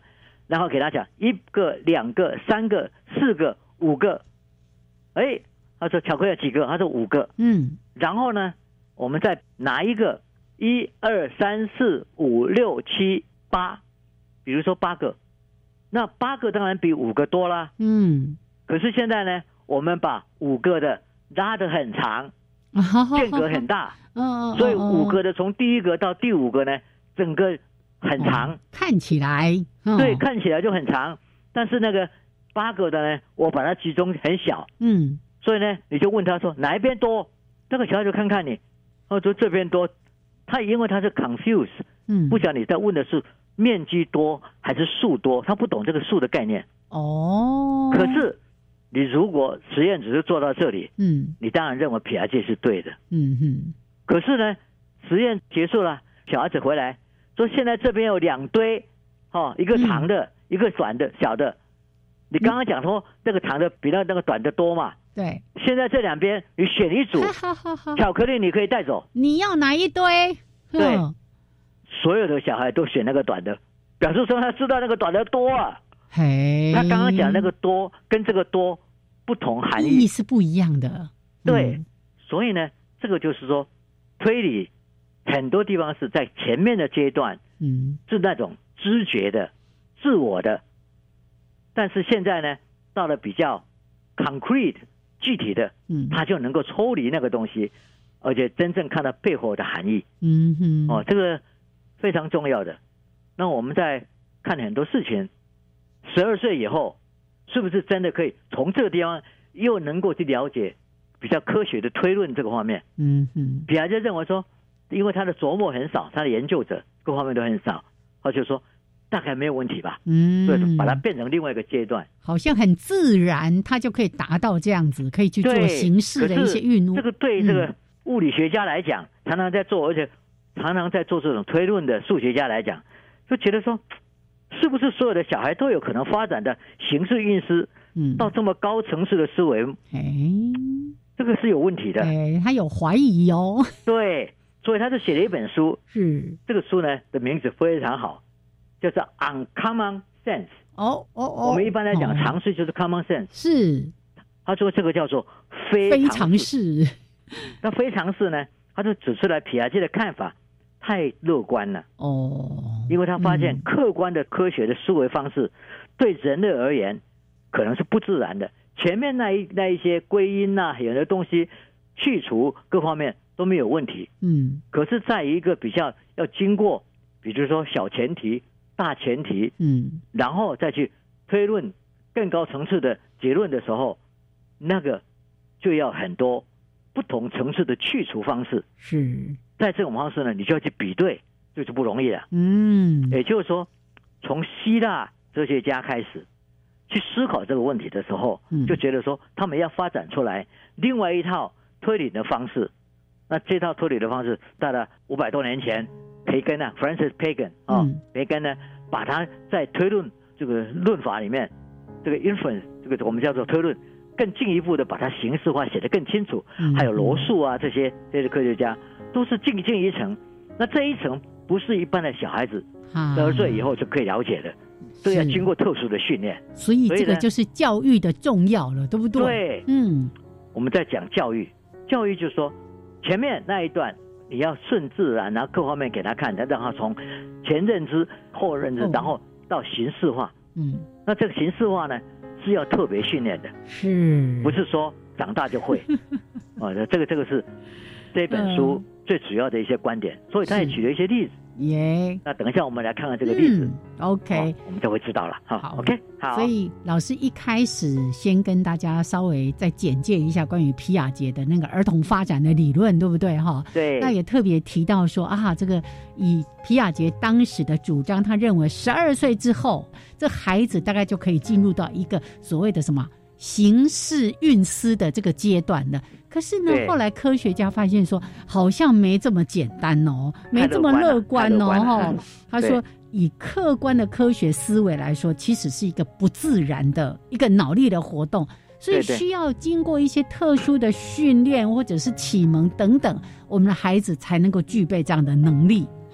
然后给他讲一个、两个、三个、四个、五个，哎，他说巧克力有几个？他说五个。 嗯， 然后呢，我们再拿一个一二三四五六七八，比如说八个，那八个当然比五个多啦。 嗯， 可是现在呢，我们把五个的拉得很长，间隔很大， 嗯， 所以五个的从第一个到第五个呢，整个很长， 哦、看起来、 哦、对，看起来就很长。但是那个八个的呢，我把它集中很小， 嗯， 所以呢，你就问他说哪一边多，那个小孩就看看你，哦，说这边多，他因为他是 confuse， 嗯， 不晓得你在问的是面积多还是数多，他不懂这个数的概念。 哦， 可是你如果实验只是做到这里， 嗯， 你当然认为皮亚杰是对的， 嗯哼。 可是呢，实验结束了，小孩子回来说现在这边有两堆，哦，一个长的，嗯、一个短的，小的。你刚刚讲说那个长的比那那个短的多嘛？ 对。 现在这两边你选一组，巧克力你可以带走。 你要哪一堆？ 对，所有的小孩都选那个短的，表示说他知道那个短的多啊。 嘿， 他刚刚讲那个多跟这个多不同含义， 意思不一样的。 对， 嗯、 所以呢，这个就是说推理很多地方是在前面的阶段， 嗯， 是那种知觉的、自我的，但是现在呢，到了比较 concrete 具体的， 嗯， 他就能够抽离那个东西，而且真正看到背后的含义。 嗯哼， 哦，这个非常重要的。那我们在看很多事情。十二岁以后，是不是真的可以从这个地方又能够去了解比较科学的推论这个方面？ 嗯嗯， 比亚杰认为说，因为他的琢磨很少，他的研究者各方面都很少，他就说大概没有问题吧。 嗯， 所以把它变成另外一个阶段， 好像很自然，他就可以达到这样子，可以去做形式的一些运用。 这个对这个物理学家来讲，嗯、常常在做，而且常常在做这种推论的数学家来讲，就觉得说。是不是所有的小孩都有可能发展的形式运思，嗯，到这么高层次的思维？ 哎， 这个是有问题的。 哎，他有怀疑哦。 对，所以他就写了一本书。 是这个书呢的名字非常好，叫做 Uncommon Sense。 哦哦哦， 我们一般来讲，哦、常识就是 common sense。 是， 他说这个叫做非非常识。 那非常识呢，他就指出来皮亚杰的看法。太乐观了哦， 因为他发现客观的科学的思维方式对人类而言可能是不自然的。前面那一那一些归因啊，有的东西去除各方面都没有问题。 嗯， 可是在一个比较要经过，比如说小前提、大前提， 嗯， 然后再去推论更高层次的结论的时候，那个就要很多不同层次的去除方式。 是。 在这种方式呢，你就要去比对，就是不容易了。 嗯， 也就是说，从希腊哲学家开始去思考这个问题的时候， 嗯、 就觉得说他们要发展出来另外一套推理的方式。那这套推理的方式，到了五百多年前，培根啊 ，Francis Bacon 啊、哦，培根呢，把它在推论这个论法里面，这个 inference 这个我们叫做推论，更进一步的把它形式化，写得更清楚。 嗯、 还有罗素啊这些这些科学家。都是进进一层，那这一层不是一般的小孩子十二岁以后就可以了解的，都要经过特殊的训练。 所以这个就是教育的重要了，对不对？ 对， 嗯， 我们在讲教育，教育就是说前面那一段你要顺自然，然后各方面给他看，让他从前認知、後認知，哦、然後到形式化。 嗯， 那这个形式化呢是要特别训练的， 是不是说长大就会？啊，这个这个是这本书。嗯最主要的一些观点，所以他也举了一些例子。 耶， 那等一下我们来看看这个例子。 嗯、OK，、 哦、我们就会知道了。 好 ，OK， 好。 所以老师一开始先跟大家稍微再简介一下关于皮亚杰的那个儿童发展的理论，对不对？哈， 对。 那也特别提到说啊，这个以皮亚杰当时的主张，他认为十二岁之后，这孩子大概就可以进入到一个所谓的什么形式运思的这个阶段了。可是呢，后来科学家发现说，好像没这么简单哦，没这么乐观哦。他说，以客观的科学思维来说，其实是一个不自然的一个脑力的活动，所以需要经过一些特殊的训练或者是启蒙等等，我们的孩子才能够具备这样的能力。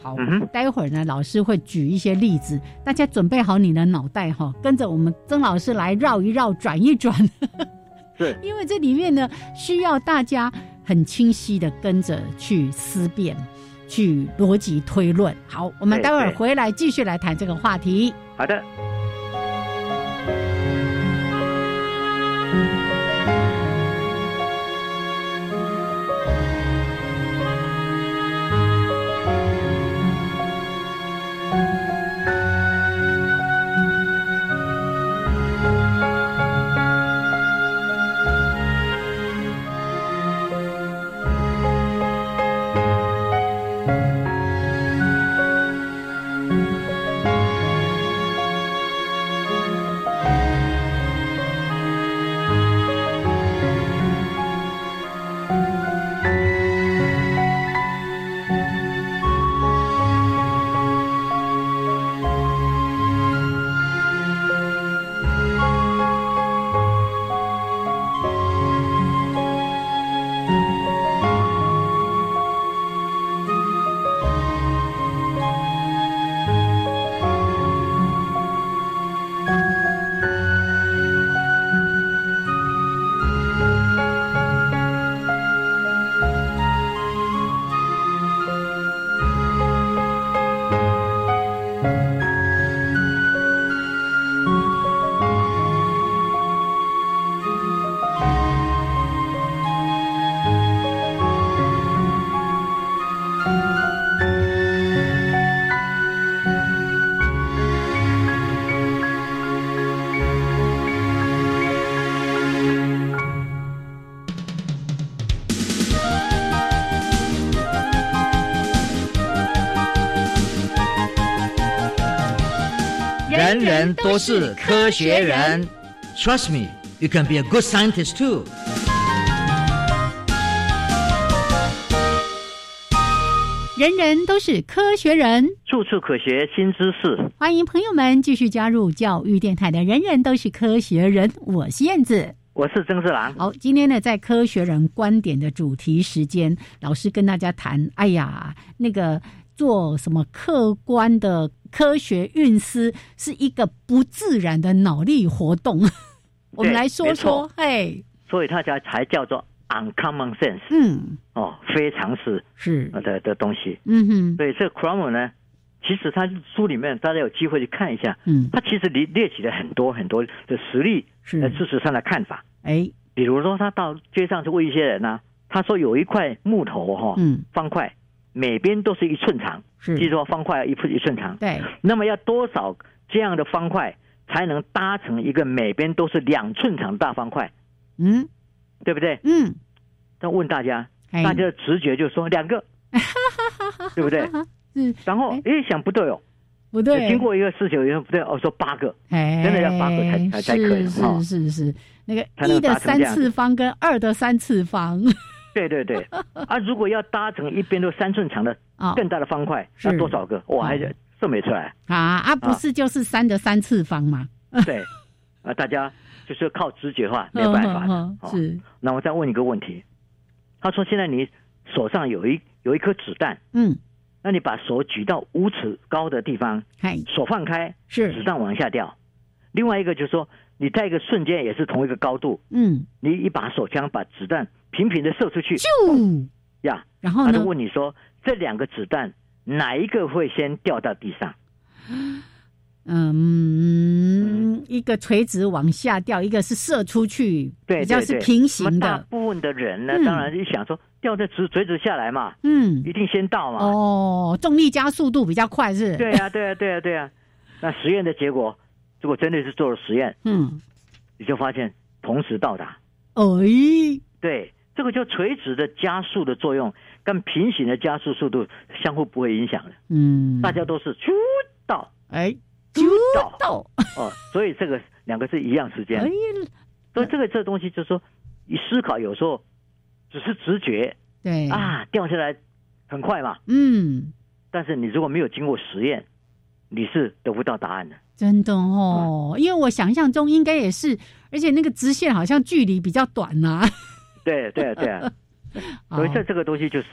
好，嗯、待会儿呢，老师会举一些例子，大家准备好你的脑袋哈，跟着我们曾老师来绕一绕、转一转。 是， 因为这里面呢，需要大家很清晰的跟着去思辨、去逻辑推论。好，我们待会儿回来继续来谈这个话题。 好的。 人人都是科学人 Trust me, you can be a good scientist too. 人人都是科学人， 处处可学新知识。 欢迎朋友们继续加入教育电台的人人都是科学人，我是燕子， 我是曾志郎。 好，今天呢，在科学人观点的主题时间，老师跟大家谈，哎呀，那个做什么客观的科学运思是一个不自然的脑力活动。我们来说说，嘿， 所以它才才叫做 uncommon sense， 嗯， 哦，非常识是的的东西， 嗯哼。 所以这 Cromwell 呢，其实他书里面大家有机会去看一下， 嗯， 他其实列列举了很多很多的实例， 是来支持他的看法。 哎， 比如说他到街上去问一些人啊，他说有一块木头哈、哦， 嗯， 方块。每边都是一寸长， 是， 记住方块一寸一寸长。 对， 那么要多少这样的方块才能搭成一个每边都是两寸长的大方块？ 嗯， 对不对？ 嗯， 他问大家，大家的直觉就说两个，对不对？ 是， 然后哎想不对哦， 不对， 经过一个事情，不对哦，说八个，真的要八个才才才可以。 是是是，那个一的三次方跟二的三次方。 对对对，啊，如果要搭成一边都三寸长的更大的方块，那、哦、多少个？我还算没出来啊啊！不是就是三的三次方吗？ 对，啊，大家就是靠直觉化，没有办法的。 哦、是。 那我再问你一个问题，他说现在你手上有一有一颗子弹， 嗯， 那你把手举到五尺高的地方，手放开， 是子弹往下掉。另外一个就是说，你在一个瞬间也是同一个高度， 嗯， 你一把手枪把子弹平平的射出去， 咻呀， 然后呢？ 他就问你说，这两个子弹哪一个会先掉到地上？ 嗯，一个垂直往下掉，一个是射出去， 对， 比较是平行的。 大部分的人呢，嗯、当然一想说掉在直垂直下来嘛， 嗯， 一定先到嘛。 哦，重力加速度比较快是？ 对呀、啊，对呀、啊，对呀、啊，对呀、啊。那实验的结果，如果真的是做了实验， 嗯， 你就发现同时到达。 哎， 对，这个就垂直的加速的作用跟平行的加速速度相互不会影响的。 嗯， 大家都是出到， 哎。 出道哦，所以这个两个是一样时间， 哎、 所以这个这个东西就是说，你思考有时候只是直觉， 对啊，掉下来很快嘛， 嗯， 但是你如果没有经过实验，你是得不到答案的。 真的哦，嗯、因为我想象中应该也是，而且那个直线好像距离比较短呐、啊。 对对对啊，所以这这个东西就是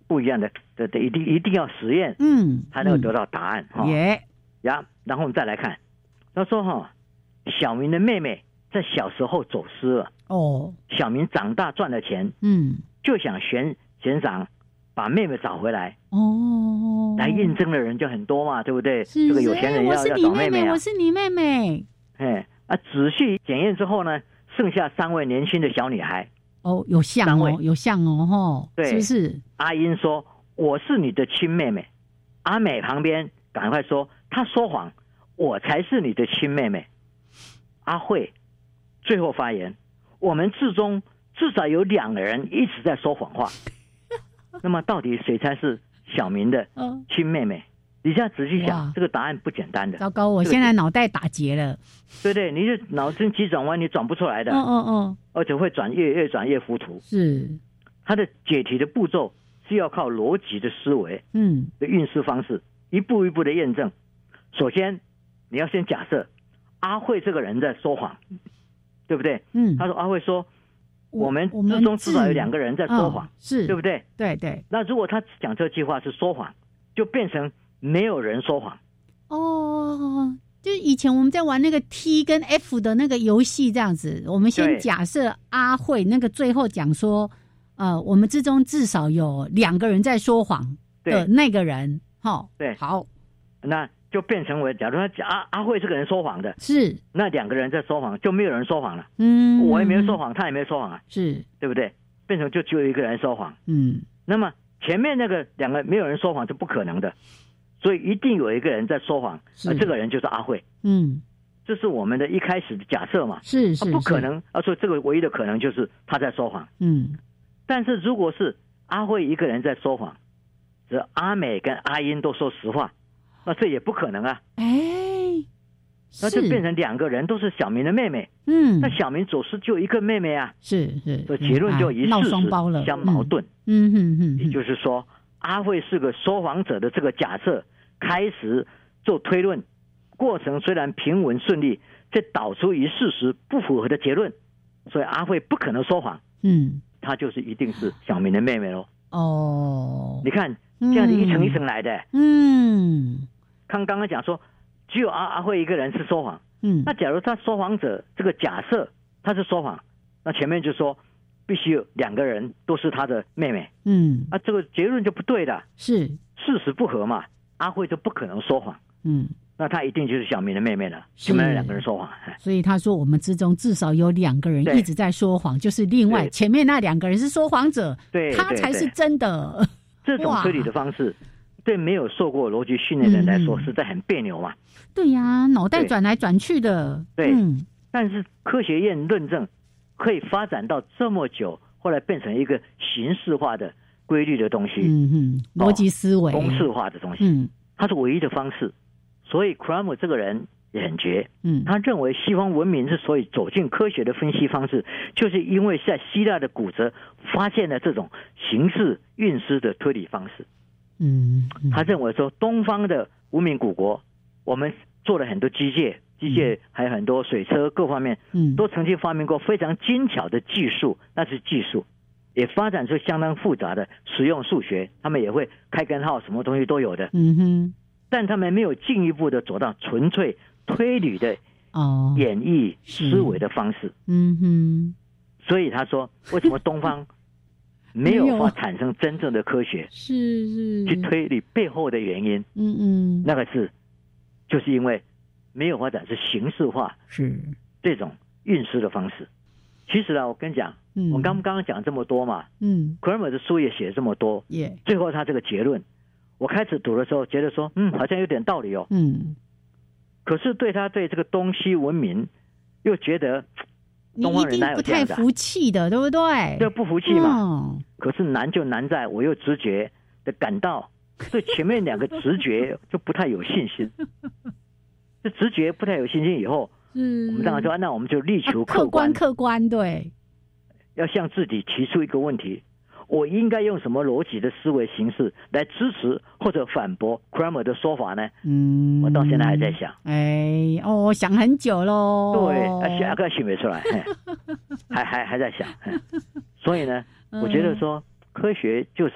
不一样的的的，一定一定要实验， 嗯， 才能够得到答案哈。 耶， 呀，然后我们再来看，他说哈，小明的妹妹在小时候走失了， 哦， 小明长大赚了钱， 嗯， 就想悬悬赏把妹妹找回来， 哦， 来应征的人就很多嘛，对不对？ 是这个有钱人要要找妹妹啊， 我是你妹妹， 哎啊，仔细检验之后呢，剩下三位年轻的小女孩。 哦，有像哦，有像哦，吼， 对， 是不是？ 阿英说我是你的亲妹妹，阿美旁边赶快说她说谎，我才是你的亲妹妹。阿慧最后发言，我们之中至少有两个人一直在说谎话。那么到底谁才是小明的亲妹妹？你现在仔细想，这个答案不简单的。 糟糕，我现在脑袋打结了。 对对，你这脑筋急转弯，你转不出来的。 嗯嗯嗯， 而且会转越越转越糊涂。 是， 它的解题的步骤是要靠逻辑的思维， 嗯， 的运思方式，一步一步的验证。首先，你要先假设阿慧这个人在说谎，对不对？ 嗯， 他说阿慧说，我们之中至少有两个人在说谎， 哦、是， 对不对？ 对对。 那如果他讲这句话是说谎，就变成没有人说谎。 哦，就是以前我们在玩那个 T 跟 F 的那个游戏这样子，我们先假设阿慧那个最后讲说，呃，我们之中至少有两个人在说谎的那个人，哈， 对， 好， 那就变成为，假如他阿阿慧这个人说谎的， 是， 那两个人在说谎，就没有人说谎了， 嗯， 我也没有说谎，他也没有说谎啊， 是，对不对？变成就只有一个人说谎， 嗯， 那么前面那个两个没有人说谎是不可能的。所以一定有一个人在说谎，而这个人就是阿慧。 嗯， 这是我们的一开始的假设嘛？ 是是， 不可能。啊，所以这个唯一的可能就是他在说谎。 嗯， 但是如果是阿慧一个人在说谎，则阿美跟阿英都说实话，那这也不可能啊。 哎， 那就变成两个人都是小明的妹妹。 嗯， 那小明走失就一个妹妹啊。 是是， 所以结论就以事实相矛盾。 嗯哼哼， 也就是说，阿慧是个说谎者的这个假设。开始做推论，过程虽然平稳顺利，却导出与事实不符合的结论，所以阿慧不可能说谎。 嗯， 她就是一定是小明的妹妹咯。 哦， 你看这样子一层一层来的。 嗯， 看刚刚讲说，只有阿阿慧一个人是说谎。 嗯， 那假如他说谎者这个假设他是说谎，那前面就说必须有两个人都是他的妹妹。 嗯， 啊，这个结论就不对的， 是事实不合嘛。阿慧就不可能说谎， 嗯， 那他一定就是小明的妹妹了。前面两个人说谎， 所以他说我们之中至少有两个人一直在说谎，就是另外前面那两个人是说谎者， 对， 他才是真的。 这种推理的方式，对没有受过逻辑训练的人来说，实在很别扭嘛。 对呀、啊，脑袋转来转去的。 对，嗯、但是科学院论证可以发展到这么久，后来变成一个形式化的。规律的东西， 嗯嗯，逻辑思维、 公式化的东西，嗯，它是唯一的方式。所以 Kramer 这个人也很绝，嗯，他认为西方文明之所以走进科学的分析方式，就是因为在希腊的古哲发现了这种形式运思的推理方式。 嗯，嗯他认为说东方的文明古国，我们做了很多机械，机械还有很多水车各方面，嗯，都曾经发明过非常精巧的技术，那是技术。也发展出相当复杂的实用数学，他们也会开根号，什么东西都有的。 嗯哼， 但他们没有进一步的走到纯粹推理的哦演绎思维的方式。 嗯哼， 所以他说，为什么东方没有法产生真正的科学？ 是是去推理背后的原因。 嗯嗯， 那个是就是因为没有发展是形式化， 是这种运思的方式。其实啊，我跟你讲。嗯、我刚刚刚讲这么多嘛，嗯 ，Kramer 的书也写这么多， yeah. 最后他这个结论，我开始读的时候觉得说，嗯，好像有点道理哦， 嗯， 可是对他对这个东西文明，又觉得东方人哪有这样的、啊， 你一定不太服气的，对不对？ 对，不服气嘛。 哦、 可是难就难在我又直觉的感到，对前面两个直觉就不太有信心，这直觉不太有信心以后， 嗯， 我们当然说，那我们就力求客观， 客观对。 要向自己提出一个问题：我应该用什么逻辑的思维形式来支持或者反驳 Kramer 的说法呢？ 嗯， 我到现在还在想。 哎，哦，想很久喽。 对，想个想不出来，还还还在想。所以呢，我觉得说科学就是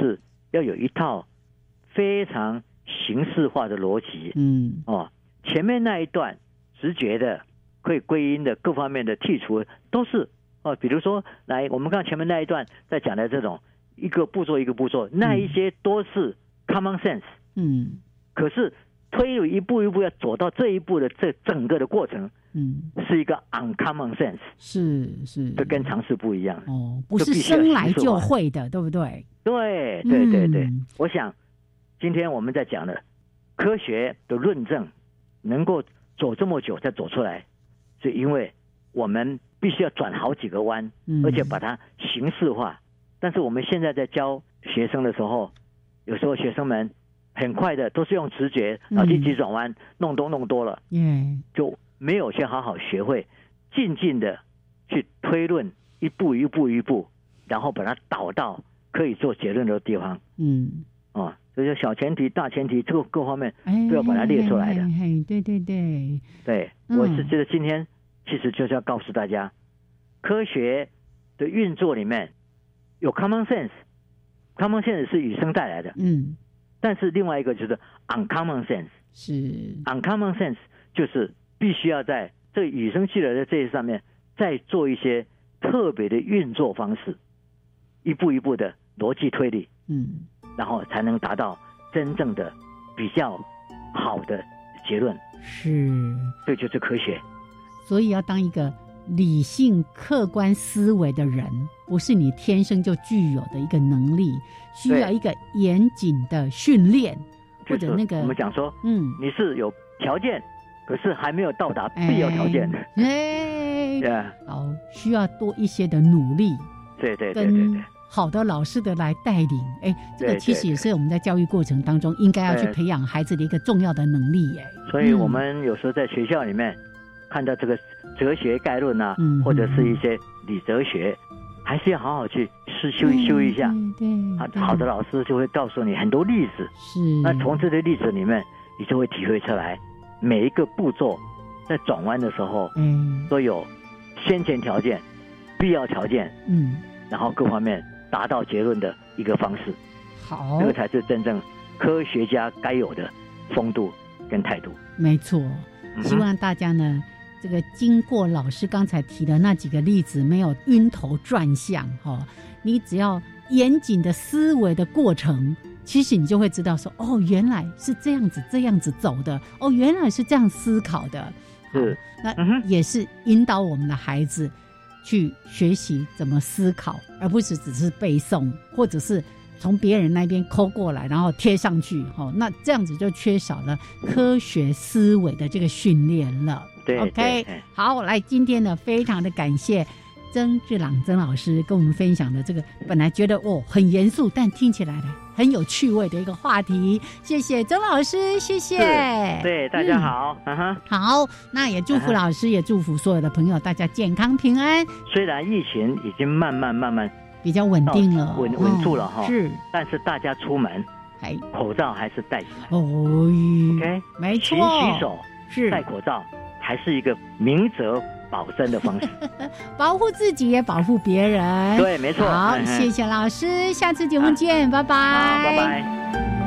要有一套非常形式化的逻辑。嗯，哦，前面那一段直觉的、可以归因的、各方面的剔除，都是哦，比如说，来，我们刚前面那一段在讲的这种一个步骤一个步骤，那一些都是 common sense。嗯，可是推理一步一步要走到这一步的这整个的过程。嗯，是一个 uncommon sense， 是是， 这跟常识不一样哦，不是生来就会的，对不对？ 对对对对，嗯、我想今天我们在讲的科学的论证能够走这么久才走出来，是因为我们必须要转好几个弯，嗯、而且把它形式化。但是我们现在在教学生的时候，有时候学生们很快的都是用直觉脑筋急转弯，嗯、弄东弄多了，嗯，就没有去好好学会静静的去推论，一步一步一步，然后把它导到可以做结论的地方。嗯，哦，所以小前提、大前提，这个各方面都要把它列出来的。 哎哎哎、对对对， 对，我是觉得今天其实就是要告诉大家，科学的运作里面有 common sense，common sense 是与生带来的。嗯，但是另外一个就是 uncommon sense， 是 uncommon sense 就是必须要在这个与生俱来的这些上面再做一些特别的运作方式，一步一步的逻辑推理，嗯，然后才能达到真正的比较好的结论。 是， 这就是科学。 所以要当一个理性客观思维的人，不是你天生就具有的一个能力，需要一个严谨的训练，或者那个我们讲说，嗯，你是有条件，可是还没有到达必要条件的， 哎，对，好，需要多一些的努力， 对对对对对， 好的老师的来带领，哎，这个其实也是我们在教育过程当中应该要去培养孩子的一个重要的能力，哎， 所以我们有时候在学校里面看到这个哲学概论啊，嗯、或者是一些理哲学，还是要好好去试修一修一下， 对， 对好的老师就会告诉你很多例子， 是， 那从这些例子里面，你就会体会出来。每一个步骤在转弯的时候，嗯，都有先前条件、必要条件，嗯，然后各方面达到结论的一个方式。 好， 这个才是真正科学家该有的风度跟态度。 没错，希望大家呢，这个经过老师刚才提的那几个例子，没有晕头转向哈、哦，你只要严谨的思维的过程。其实你就会知道说，哦，原来是这样子这样子走的，哦，原来是这样思考的， 是， 那也是引导我们的孩子去学习怎么思考，而不是只是背诵，或者是从别人那边抠过来然后贴上去，哦，那这样子就缺少了科学思维的这个训练了。 对 ，OK， 好，来，今天呢，非常的感谢曾志朗曾老师跟我们分享的这个本来觉得哦很严肃，但听起来呢很有趣味的一个话题。谢谢曾老师，谢谢。 对，大家好，嗯哼、 uh-huh. 好，那也祝福老师， uh-huh. 也祝福所有的朋友，大家健康平安。 虽然疫情已经慢慢慢慢比较稳定了， 稳稳住了哈、哦， 是， 但是大家出门还口罩还是戴起来。 哦 ，OK， 没错，勤洗手，是戴口罩，还是一个明哲保身的方式， 保护自己也保护别人。 对，没错。 好，谢谢老师，下次节目见，拜拜。 好，拜拜。